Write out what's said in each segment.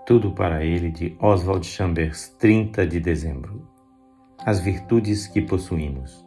Tudo para ele, de Oswald Chambers, 30 de dezembro. As virtudes que possuímos.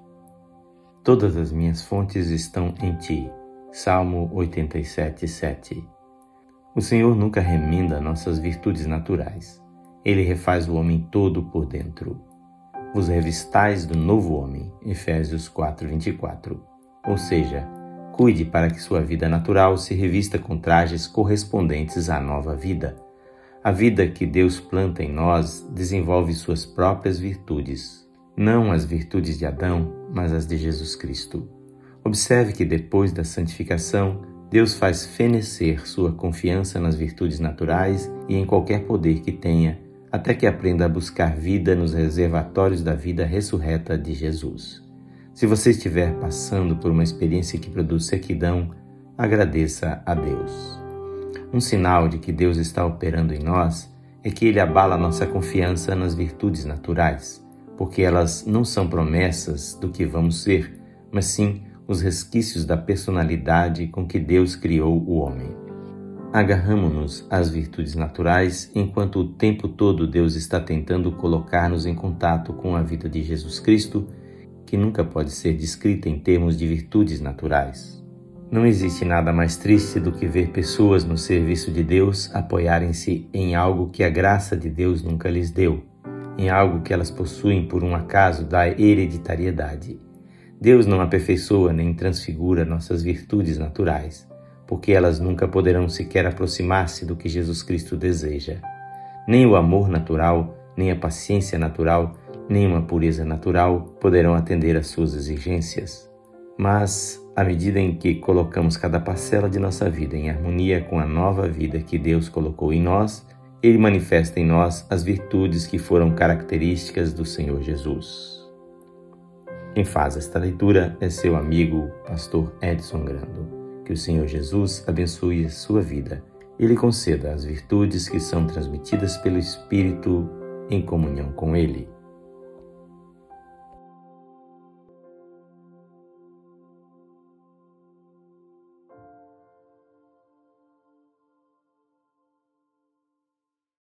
Todas as minhas fontes estão em ti. Salmo 87, 7. O Senhor nunca remenda nossas virtudes naturais. Ele refaz o homem todo por dentro. Vos revistais do novo homem. Efésios 4, 24. Ou seja, cuide para que sua vida natural se revista com trajes correspondentes à nova vida. A vida que Deus planta em nós desenvolve suas próprias virtudes. Não as virtudes de Adão, mas as de Jesus Cristo. Observe que depois da santificação, Deus faz fenecer sua confiança nas virtudes naturais e em qualquer poder que tenha, até que aprenda a buscar vida nos reservatórios da vida ressurreta de Jesus. Se você estiver passando por uma experiência que produz sequidão, agradeça a Deus. Um sinal de que Deus está operando em nós é que Ele abala nossa confiança nas virtudes naturais, porque elas não são promessas do que vamos ser, mas sim os resquícios da personalidade com que Deus criou o homem. Agarramo-nos às virtudes naturais enquanto o tempo todo Deus está tentando colocar-nos em contato com a vida de Jesus Cristo, que nunca pode ser descrita em termos de virtudes naturais. Não existe nada mais triste do que ver pessoas no serviço de Deus apoiarem-se em algo que a graça de Deus nunca lhes deu, em algo que elas possuem por um acaso da hereditariedade. Deus não aperfeiçoa nem transfigura nossas virtudes naturais, porque elas nunca poderão sequer aproximar-se do que Jesus Cristo deseja. Nem o amor natural, nem a paciência natural, nem uma pureza natural poderão atender às suas exigências. Mas, à medida em que colocamos cada parcela de nossa vida em harmonia com a nova vida que Deus colocou em nós, Ele manifesta em nós as virtudes que foram características do Senhor Jesus. Quem faz esta leitura é seu amigo, pastor Edson Grando. Que o Senhor Jesus abençoe a sua vida e lhe conceda as virtudes que são transmitidas pelo Espírito em comunhão com Ele.